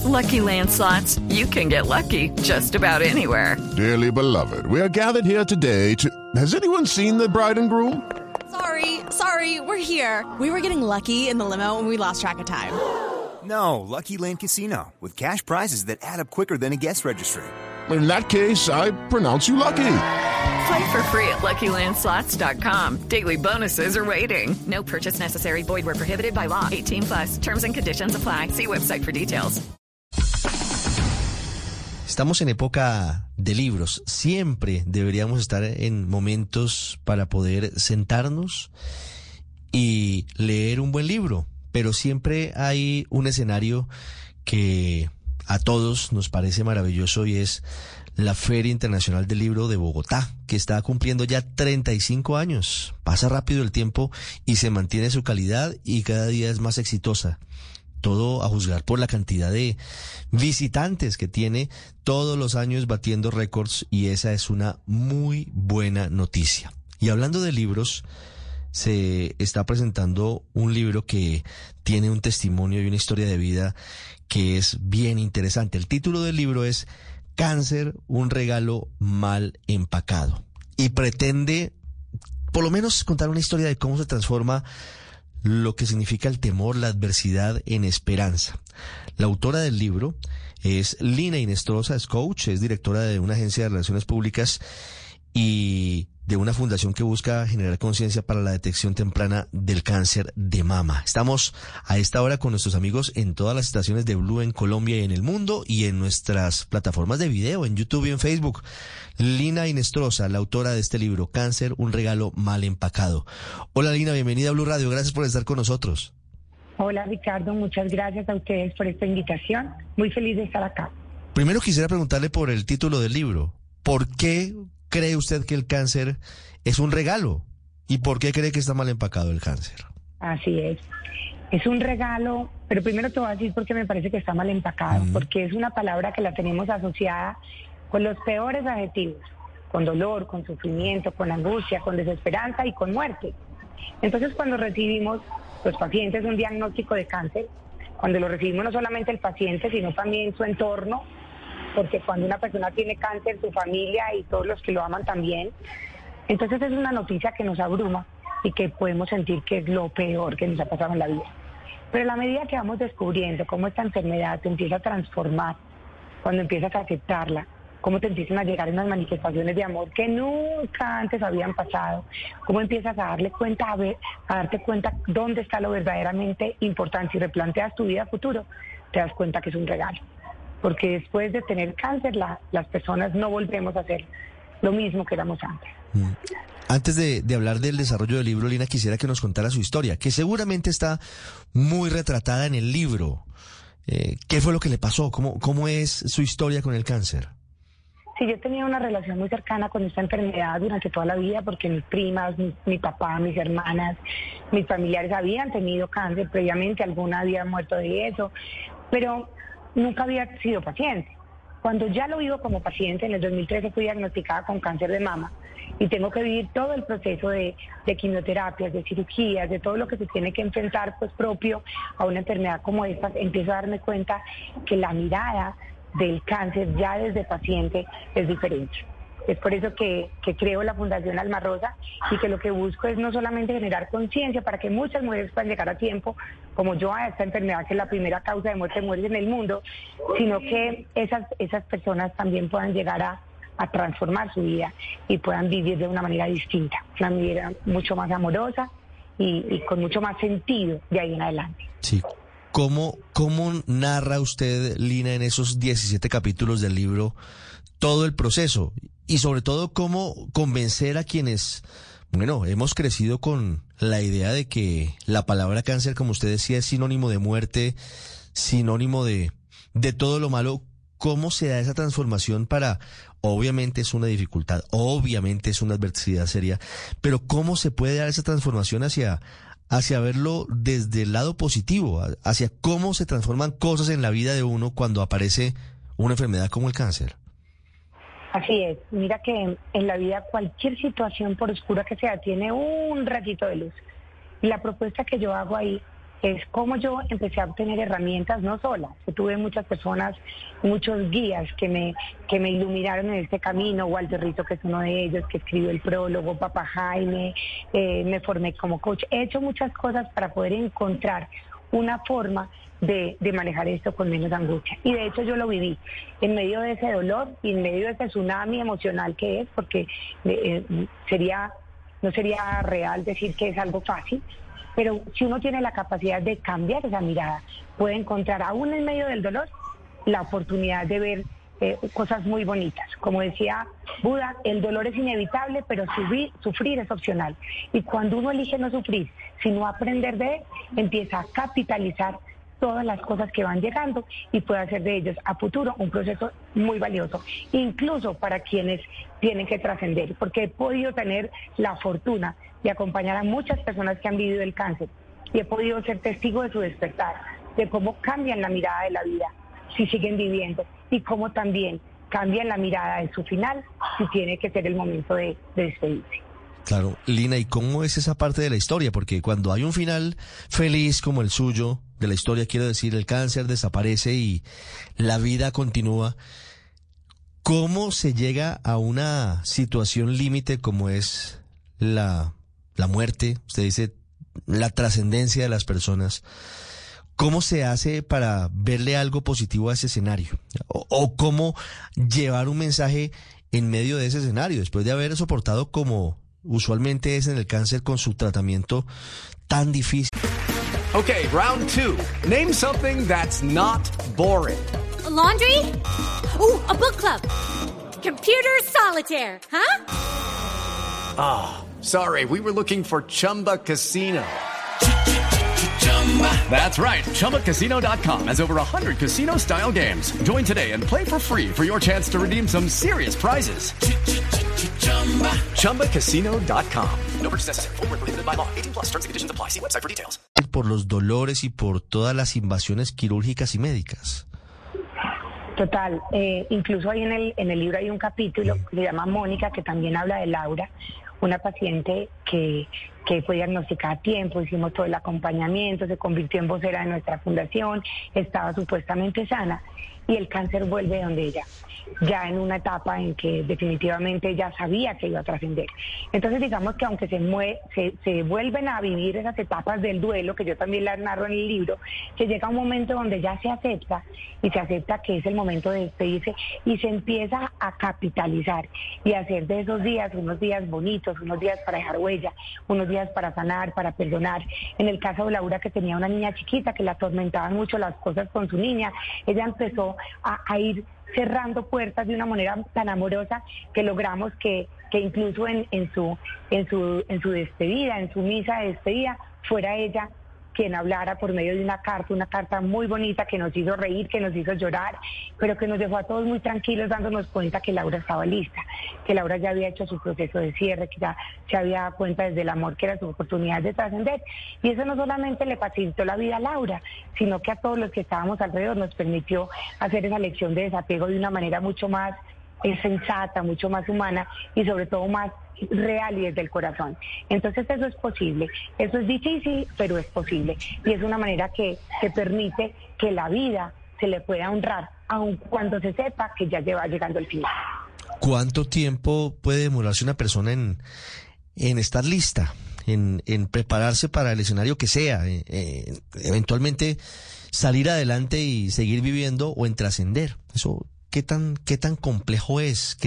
Lucky Land Slots, you can get lucky just about anywhere. Dearly beloved, we are gathered here today to... Has anyone seen the bride and groom? Sorry, we're here. We were getting lucky in the limo and we lost track of time. No, Lucky Land Casino, with cash prizes that add up quicker than a guest registry. In that case, I pronounce you lucky. Play for free at LuckyLandSlots.com. Daily bonuses are waiting. No purchase necessary. Void where prohibited by law. 18+. Terms and conditions apply. See website for details. Estamos en época de libros. Siempre deberíamos estar en momentos para poder sentarnos y leer un buen libro. Pero siempre hay un escenario que a todos nos parece maravilloso y es la Feria Internacional del Libro de Bogotá, que está cumpliendo ya 35 años. Pasa rápido el tiempo y se mantiene su calidad y cada día es más exitosa. Todo a juzgar por la cantidad de visitantes que tiene todos los años batiendo récords, y esa es una muy buena noticia. Y hablando de libros, se está presentando un libro que tiene un testimonio y una historia de vida que es bien interesante. El título del libro es Cáncer, un regalo mal empacado, y pretende por lo menos contar una historia de cómo se transforma lo que significa el temor, la adversidad en esperanza. La autora del libro es Lina Hinestrosa, es coach, es directora de una agencia de relaciones públicas y de una fundación que busca generar conciencia para la detección temprana del cáncer de mama. Estamos a esta hora con nuestros amigos en todas las estaciones de Blue en Colombia y en el mundo, y en nuestras plataformas de video, en YouTube y en Facebook. Lina Hinestrosa, la autora de este libro, Cáncer, un regalo mal empacado. Hola Lina, bienvenida a Blue Radio, gracias por estar con nosotros. Hola Ricardo, muchas gracias a ustedes por esta invitación. Muy feliz de estar acá. Primero quisiera preguntarle por el título del libro. ¿Por qué cree usted que el cáncer es un regalo? ¿Y por qué cree que está mal empacado el cáncer? Así es un regalo, pero primero te voy a decir por qué me parece que está mal empacado, porque es una palabra que la tenemos asociada con los peores adjetivos, con dolor, con sufrimiento, con angustia, con desesperanza y con muerte. Entonces, cuando recibimos los pacientes un diagnóstico de cáncer, cuando lo recibimos no solamente el paciente, sino también su entorno, porque cuando una persona tiene cáncer, su familia y todos los que lo aman también, entonces es una noticia que nos abruma y que podemos sentir que es lo peor que nos ha pasado en la vida. Pero a la medida que vamos descubriendo cómo esta enfermedad te empieza a transformar, cuando empiezas a aceptarla, cómo te empiezan a llegar unas manifestaciones de amor que nunca antes habían pasado, cómo empiezas a darle cuenta, a darte cuenta dónde está lo verdaderamente importante y replanteas tu vida a futuro, te das cuenta que es un regalo. Porque después de tener cáncer, las personas no volvemos a ser lo mismo que éramos antes. Antes de hablar del desarrollo del libro, Lina, quisiera que nos contara su historia, que seguramente está muy retratada en el libro. ¿Qué fue lo que le pasó? ¿Cómo es su historia con el cáncer? Sí, yo tenía una relación muy cercana con esta enfermedad durante toda la vida, porque mis primas, mi papá, mis hermanas, mis familiares habían tenido cáncer previamente, alguna había muerto de eso, pero nunca había sido paciente. Cuando ya lo vivo como paciente, en el 2013 fui diagnosticada con cáncer de mama y tengo que vivir todo el proceso de quimioterapias, de cirugías, de todo lo que se tiene que enfrentar pues propio a una enfermedad como esta. Empiezo a darme cuenta que la mirada del cáncer ya desde paciente es diferente. Es por eso que creo la Fundación Alma Rosa y que lo que busco es no solamente generar conciencia para que muchas mujeres puedan llegar a tiempo, como yo, a esta enfermedad que es la primera causa de muerte de mujeres en el mundo, sino que esas personas también puedan llegar a transformar su vida y puedan vivir de una manera distinta, una manera mucho más amorosa y con mucho más sentido de ahí en adelante. Sí. ¿Cómo narra usted, Lina, en esos 17 capítulos del libro todo el proceso? Y sobre todo, ¿cómo convencer a quienes, hemos crecido con la idea de que la palabra cáncer, como usted decía, es sinónimo de muerte, sinónimo de todo lo malo? ¿Cómo se da esa transformación para, obviamente es una dificultad, obviamente es una adversidad seria, pero cómo se puede dar esa transformación hacia verlo desde el lado positivo, hacia cómo se transforman cosas en la vida de uno cuando aparece una enfermedad como el cáncer? Así es, mira que en la vida cualquier situación, por oscura que sea, tiene un ratito de luz. Y la propuesta que yo hago ahí es cómo yo empecé a obtener herramientas, no sola. Yo tuve muchas personas, muchos guías que me iluminaron en este camino. Walter Rizzo, que es uno de ellos, que escribió el prólogo, Papá Jaime, me formé como coach. He hecho muchas cosas para poder encontrar una forma de manejar esto con menos angustia. Y de hecho yo lo viví en medio de ese dolor y en medio de ese tsunami emocional que es, porque no sería real decir que es algo fácil, pero si uno tiene la capacidad de cambiar esa mirada, puede encontrar aún en medio del dolor la oportunidad de ver cosas muy bonitas. Como decía Buda, el dolor es inevitable, pero sufrir es opcional. Y cuando uno elige no sufrir, sino aprender de él, empieza a capitalizar todas las cosas que van llegando y puede hacer de ellos a futuro un proceso muy valioso, incluso para quienes tienen que trascender, porque he podido tener la fortuna de acompañar a muchas personas que han vivido el cáncer y he podido ser testigo de su despertar, de cómo cambian la mirada de la vida si siguen viviendo y cómo también cambian la mirada de su final si tiene que ser el momento de despedirse. Claro, Lina, ¿y cómo es esa parte de la historia? Porque cuando hay un final feliz como el suyo de la historia, quiero decir, el cáncer desaparece y la vida continúa, ¿cómo se llega a una situación límite como es la muerte? Usted dice la trascendencia de las personas. ¿Cómo se hace para verle algo positivo a ese escenario? ¿O cómo llevar un mensaje en medio de ese escenario después de haber soportado, como usualmente es en el cáncer, con su tratamiento tan difícil? Okay, round two. Name something that's not boring. A laundry? Ooh, a book club. Computer solitaire, huh? Ah, sorry, we were looking for Chumba Casino. That's right, ChumbaCasino.com has over 100 casino-style games. Join today and play for free for your chance to redeem some serious prizes. ChumbaCasino.com. No purchase necessary. Void where prohibited by law. 18 plus. Terms and conditions apply. See website for details. Por los dolores y por todas las invasiones quirúrgicas y médicas. Total, incluso ahí en el libro hay un capítulo que se llama Mónica, que también habla de Laura, una paciente que fue diagnosticada a tiempo, hicimos todo el acompañamiento, se convirtió en vocera de nuestra fundación, estaba supuestamente sana y el cáncer vuelve donde ella, ya en una etapa en que definitivamente ella sabía que iba a trascender. Entonces digamos que aunque se vuelven a vivir esas etapas del duelo, que yo también las narro en el libro, que llega un momento donde ya se acepta y se acepta que es el momento de despedirse y se empieza a capitalizar y a hacer de esos días unos días bonitos, unos días para dejar huella, unos días para sanar, para perdonar. En el caso de Laura, que tenía una niña chiquita que la atormentaban mucho las cosas con su niña, ella empezó a ir cerrando puertas de una manera tan amorosa que logramos que incluso en su despedida, en su misa de despedida, fuera ella quien hablara por medio de una carta muy bonita que nos hizo reír, que nos hizo llorar, pero que nos dejó a todos muy tranquilos, dándonos cuenta que Laura estaba lista, que Laura ya había hecho su proceso de cierre, que ya se había dado cuenta desde el amor que era su oportunidad de trascender. Y eso no solamente le facilitó la vida a Laura, sino que a todos los que estábamos alrededor nos permitió hacer esa lección de desapego de una manera mucho más sensata, mucho más humana y sobre todo más real y desde el corazón. Entonces eso es posible, eso es difícil, pero es posible y es una manera que permite que la vida se le pueda honrar, aun cuando se sepa que ya lleva llegando el final. ¿Cuánto tiempo puede demorarse una persona en estar lista, en prepararse para el escenario que sea, eventualmente salir adelante y seguir viviendo o en trascender? Eso, ¿qué tan complejo es?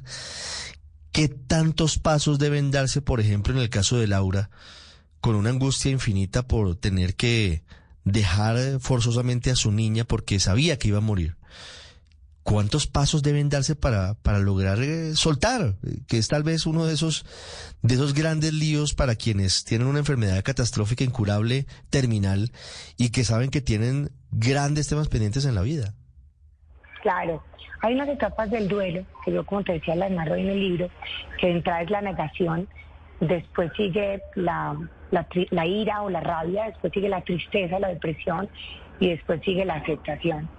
¿Qué tantos pasos deben darse, por ejemplo, en el caso de Laura, con una angustia infinita por tener que dejar forzosamente a su niña porque sabía que iba a morir? ¿Cuántos pasos deben darse para lograr soltar? Que es tal vez uno de esos grandes líos para quienes tienen una enfermedad catastrófica, incurable, terminal, y que saben que tienen grandes temas pendientes en la vida. Claro, hay unas etapas del duelo, que yo como te decía las narro en el libro, que de entrada es la negación, después sigue la ira o la rabia, después sigue la tristeza, la depresión y después sigue la aceptación.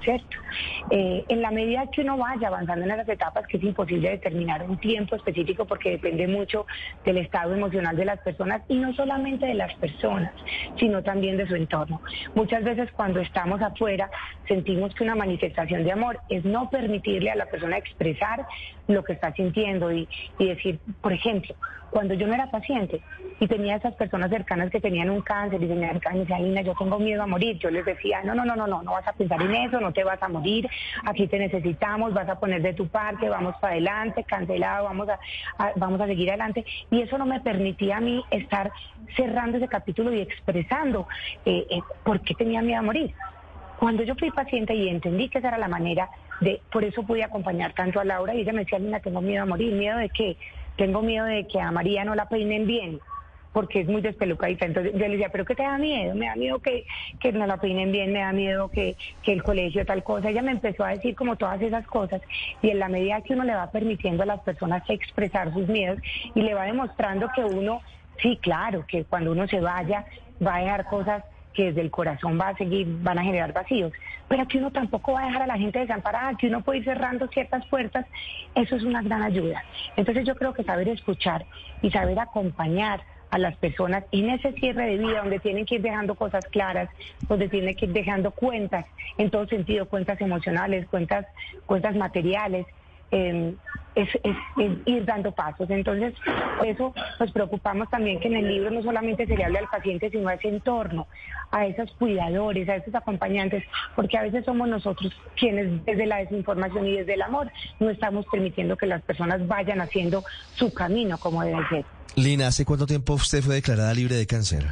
¿cierto? En la medida que uno vaya avanzando en esas etapas, que es imposible determinar un tiempo específico porque depende mucho del estado emocional de las personas, y no solamente de las personas, sino también de su entorno. Muchas veces cuando estamos afuera sentimos que una manifestación de amor es no permitirle a la persona expresar lo que está sintiendo y decir, por ejemplo, cuando yo no era paciente y tenía esas personas cercanas que tenían un cáncer y me decía, Lina, yo tengo miedo a morir, yo les decía, no vas a pensar en eso, no te vas a morir, aquí te necesitamos, vas a poner de tu parte, vamos para adelante, cancelado, vamos a seguir adelante, y eso no me permitía a mí estar cerrando ese capítulo y expresando por qué tenía miedo a morir. Cuando yo fui paciente y entendí que esa era la manera por eso pude acompañar tanto a Laura, y ella me decía, Lina, tengo miedo a morir. ¿Miedo de qué? Tengo miedo de que a María no la peinen bien, porque es muy despelucadita. Entonces yo le decía, ¿pero qué te da miedo? Me da miedo que no la peinen bien, me da miedo que el colegio tal cosa. Ella me empezó a decir como todas esas cosas, y en la medida que uno le va permitiendo a las personas expresar sus miedos y le va demostrando que uno, sí, claro, que cuando uno se vaya va a dejar cosas que desde el corazón van a generar vacíos, pero que uno tampoco va a dejar a la gente desamparada, que uno puede ir cerrando ciertas puertas, eso es una gran ayuda. Entonces yo creo que saber escuchar y saber acompañar a las personas en ese cierre de vida, donde tienen que ir dejando cosas claras, donde tienen que ir dejando cuentas, en todo sentido, cuentas emocionales, cuentas materiales, es ir dando pasos. Entonces, por eso nos preocupamos también que en el libro no solamente se le hable al paciente, sino a ese entorno, a esos cuidadores, a esos acompañantes, porque a veces somos nosotros quienes desde la desinformación y desde el amor no estamos permitiendo que las personas vayan haciendo su camino como debe ser. Lina, ¿hace cuánto tiempo usted fue declarada libre de cáncer?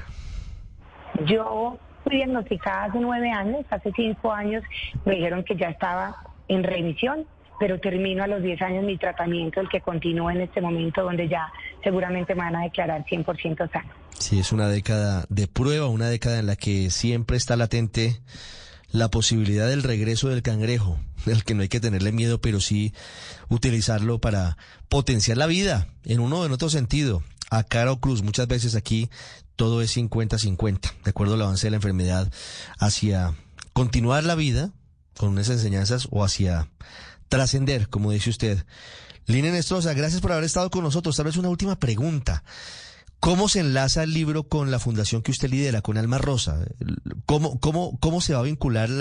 Yo fui diagnosticada hace 9 años, hace 5 años me dijeron que ya estaba en remisión, pero termino a los 10 años mi tratamiento, el que continúa en este momento, donde ya seguramente me van a declarar 100% sano. Sí, es una década de prueba, una década en la que siempre está latente la posibilidad del regreso del cangrejo, del que no hay que tenerle miedo, pero sí utilizarlo para potenciar la vida, en uno o en otro sentido, a cara o cruz. Muchas veces aquí todo es 50-50, de acuerdo al avance de la enfermedad, hacia continuar la vida con unas enseñanzas o hacia trascender, como dice usted. Lina Inestrosa, gracias por haber estado con nosotros. Tal vez una última pregunta. ¿Cómo se enlaza el libro con la fundación que usted lidera, con Alma Rosa? ¿Cómo se va a vincular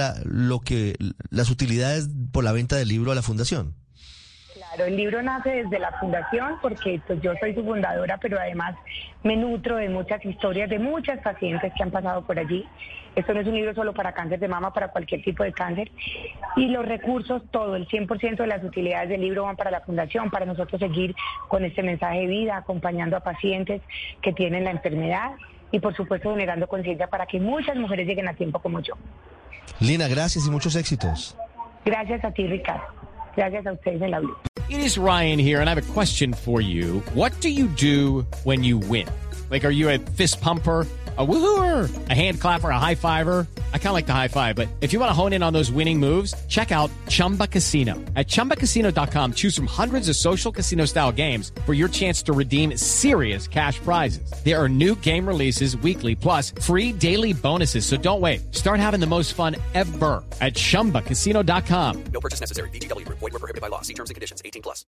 las utilidades por la venta del libro a la fundación? Claro, el libro nace desde la fundación porque pues yo soy su fundadora, pero además me nutro de muchas historias de muchas pacientes que han pasado por allí. Esto no es un libro solo para cáncer de mama, para cualquier tipo de cáncer. Y los recursos, todo, el 100% de las utilidades del libro van para la fundación, para nosotros seguir con este mensaje de vida, acompañando a pacientes que tienen la enfermedad y por supuesto generando conciencia para que muchas mujeres lleguen a tiempo como yo. Lina, gracias y muchos éxitos. Gracias a ti, Ricardo. Gracias a ustedes en la Blue. It is Ryan here, and I have a question for you. What do you do when you win? Like, are you a fist pumper, a woohooer, a hand clapper, a high fiver? I kind of like the high five, but if you want to hone in on those winning moves, check out Chumba Casino. At ChumbaCasino.com, choose from hundreds of social casino-style games for your chance to redeem serious cash prizes. There are new game releases weekly, plus free daily bonuses. So don't wait. Start having the most fun ever at ChumbaCasino.com. No purchase necessary. VGW Group. Void where prohibited by law. See terms and conditions. 18+.